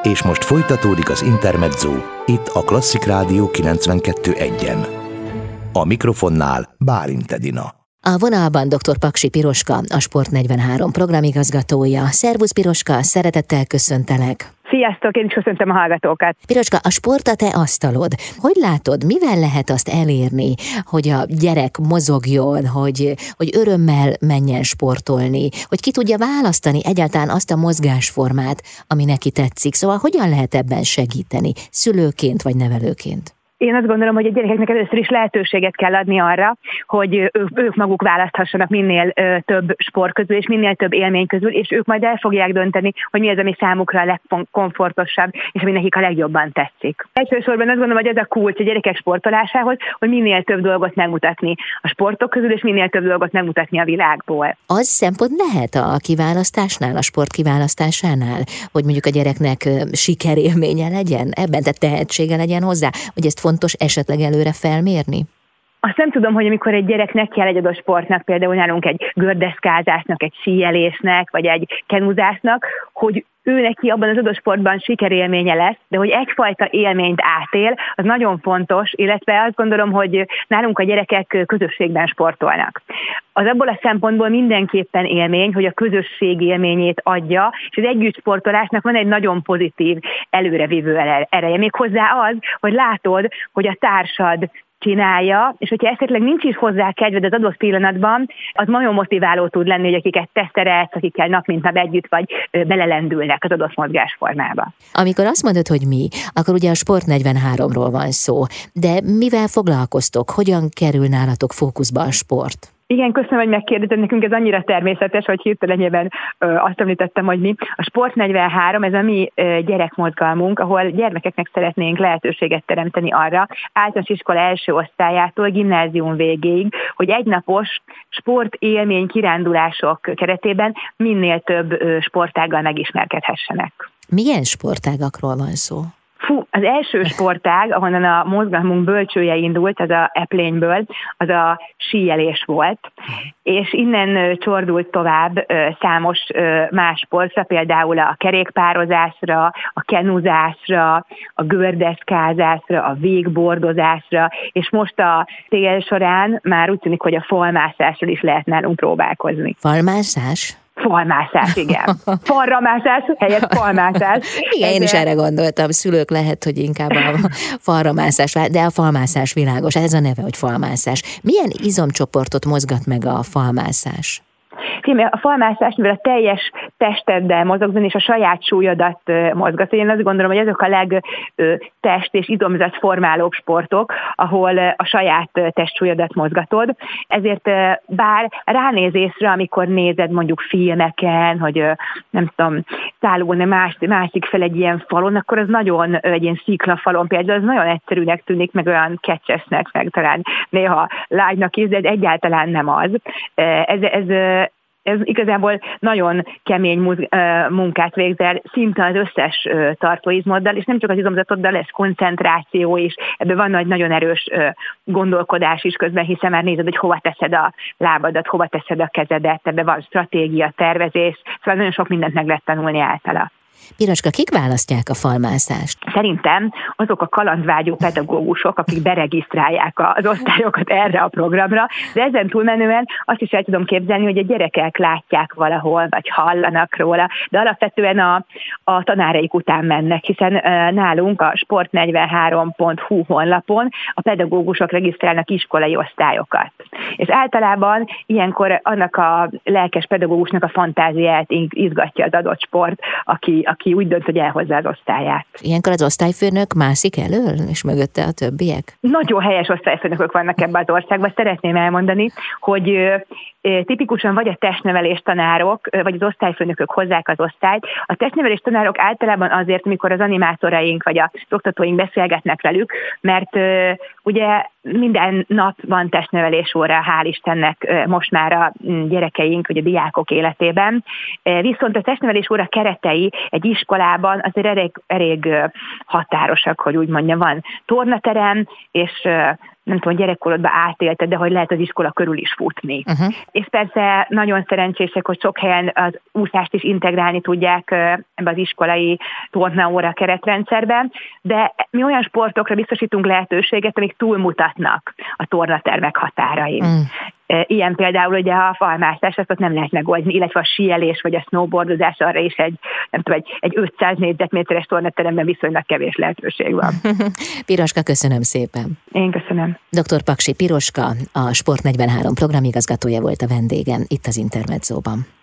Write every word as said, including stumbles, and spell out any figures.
És most folytatódik az Intermezzo, itt a Klasszik Rádió kilencvenkettő egyen. A mikrofonnál Bálint Edina. A vonalban dr. Paksi Piroska, a Sport negyvenhárom programigazgatója. Szervusz Piroska, szeretettel köszöntelek! Sziasztok, én is köszöntöm a hallgatókat. Piroska, a sport a te asztalod. Hogy látod, mivel lehet azt elérni, hogy a gyerek mozogjon, hogy, hogy örömmel menjen sportolni, hogy ki tudja választani egyáltalán azt a mozgásformát, ami neki tetszik? Szóval hogyan lehet ebben segíteni, szülőként vagy nevelőként? Én azt gondolom, hogy a gyerekeknek először is lehetőséget kell adni arra, hogy ők, ők maguk választhassanak minél ö, több sport közül, és minél több élmény közül, és ők majd el fogják dönteni, hogy mi az, ami számukra a legkomfortosabb, és ami nekik a legjobban tetszik. Elsősorban azt gondolom, hogy ez a kulcs a gyerekek sportolásához, hogy minél több dolgot megmutatni a sportok közül, és minél több dolgot megmutatni a világból. Az szempont lehet a kiválasztásnál, a sport kiválasztásánál, hogy mondjuk a gyereknek sikerélménye legyen, ebben tehát tehetsége legyen hozzá, hogy ezt fontos esetleg előre felmérni? Azt nem tudom, hogy amikor egy gyerek neki egy adott sportnak, például nálunk egy gördeszkázásnak, egy síelésnek, vagy egy kenuzásnak, hogy ő neki abban az adott sportban sikerélménye lesz, de hogy egyfajta élményt átél, az nagyon fontos, illetve azt gondolom, hogy nálunk a gyerekek közösségben sportolnak. Az abból a szempontból mindenképpen élmény, hogy a közösség élményét adja, és az együtt sportolásnak van egy nagyon pozitív előrevívő ereje. Méghozzá az, hogy látod, hogy a társad csinálja, és hogyha esetleg nincs is hozzá kedved az adott pillanatban, az nagyon motiváló tud lenni, hogy akiket te szeretsz, akikkel nap mint nap együtt vagy, belelendülnek az adott mozgásformába. Amikor azt mondod, hogy mi, akkor ugye a Sport negyvenháromról van szó, de mivel foglalkoztok, hogyan kerül nálatok fókuszba a sport? Igen, köszönöm, hogy megkérdezed, nekünk ez annyira természetes, hogy hirtelenjében azt említettem, hogy mi. A Sport negyvenhárom, ez a mi ö, gyerekmozgalmunk, ahol gyermekeknek szeretnénk lehetőséget teremteni arra, általános iskola első osztályától gimnázium végéig, hogy egynapos sportélmény kirándulások keretében minél több ö, sportággal megismerkedhessenek. Milyen sportágakról van szó? Fú, az első sportág, ahonnan a mozgalmunk bölcsője indult, az a eplényből, az a síelés volt, és innen csordult tovább számos más sportra, például a kerékpározásra, a kenuzásra, a gördeszkázásra, a végbordozásra, és most a tél során már úgy tűnik, hogy a falmászásról is lehet nálunk próbálkozni. Falmászás? Falmászás, igen. Falramászás helyett falmászás. Igen, én is erre gondoltam, szülők lehet, hogy inkább a falramászás, de a falmászás világos, ez a neve, hogy falmászás. Milyen izomcsoportot mozgat meg a falmászás? A falmászás, mivel a teljes testeddel mozogni, és a saját súlyodat mozgat. Én azt gondolom, hogy ezek a legtest- és izomzatformálóbb sportok, ahol a saját testsúlyodat mozgatod. Ezért bár ránézésre, amikor nézed mondjuk filmeken, hogy nem tudom, szállulni más, másik fel egy ilyen falon, akkor az nagyon, egy ilyen sziklafalon például, az nagyon egyszerűnek tűnik, meg olyan kecsesnek, meg talán néha lágynak is, de ez egyáltalán nem az. Ez, ez Ez igazából nagyon kemény munkát végzel szinte az összes tartóizmoddal, és nem csak az izomzatoddal, ez koncentráció is, ebben van egy nagyon erős gondolkodás is közben, hiszen már nézed, hogy hova teszed a lábadat, hova teszed a kezedet, ebben van stratégia, tervezés, szóval nagyon sok mindent meg lehet tanulni általa. Piroska, kik választják a falmászást? Szerintem azok a kalandvágyó pedagógusok, akik beregisztrálják az osztályokat erre a programra, de ezen túlmenően azt is el tudom képzelni, hogy a gyerekek látják valahol, vagy hallanak róla, de alapvetően a, a tanáraik után mennek, hiszen uh, nálunk a sport negyvenhárom pont hu honlapon a pedagógusok regisztrálnak iskolai osztályokat. És általában ilyenkor annak a lelkes pedagógusnak a fantáziáját izgatja az adott sport, aki aki úgy dönt, hogy elhozza az osztályát. Ilyenkor az osztályfőnök mászik elől, és mögötte a többiek? Nagyon helyes osztályfőnökök vannak ebben az országban. Szeretném elmondani, hogy tipikusan vagy a testnevelés tanárok, vagy az osztályfőnökök hozzák az osztályt. A testnevelés tanárok általában azért, amikor az animátoraink vagy az oktatóink beszélgetnek velük, mert ugye minden nap van testnevelés óra, hál' Istennek most már a gyerekeink vagy a diákok életében. Viszont a testnevelés óra keretei egy iskolában azért elég, elég határosak, hogy úgy mondjam, van tornaterem, és nem tudom, gyerekkorodban átélted, de hogy lehet az iskola körül is futni. Uh-huh. És persze nagyon szerencsések, hogy sok helyen az úszást is integrálni tudják ebbe az iskolai tornaóra keretrendszerben, de mi olyan sportokra biztosítunk lehetőséget, amik túlmutatnak a tornatermek határain. Uh-huh. Ilyen például ugye a falmászás, azt ott nem lehet megoldni, illetve a síelés vagy a snowboardozás, arra is egy, nem tudom, egy, egy ötszáz négyzetméteres tornateremben viszonylag kevés lehetőség van. Piroska, köszönöm szépen. Én köszönöm. doktor Paksi Piroska, a Sport negyvenhárom programigazgatója volt a vendégem itt az Intermedzóban.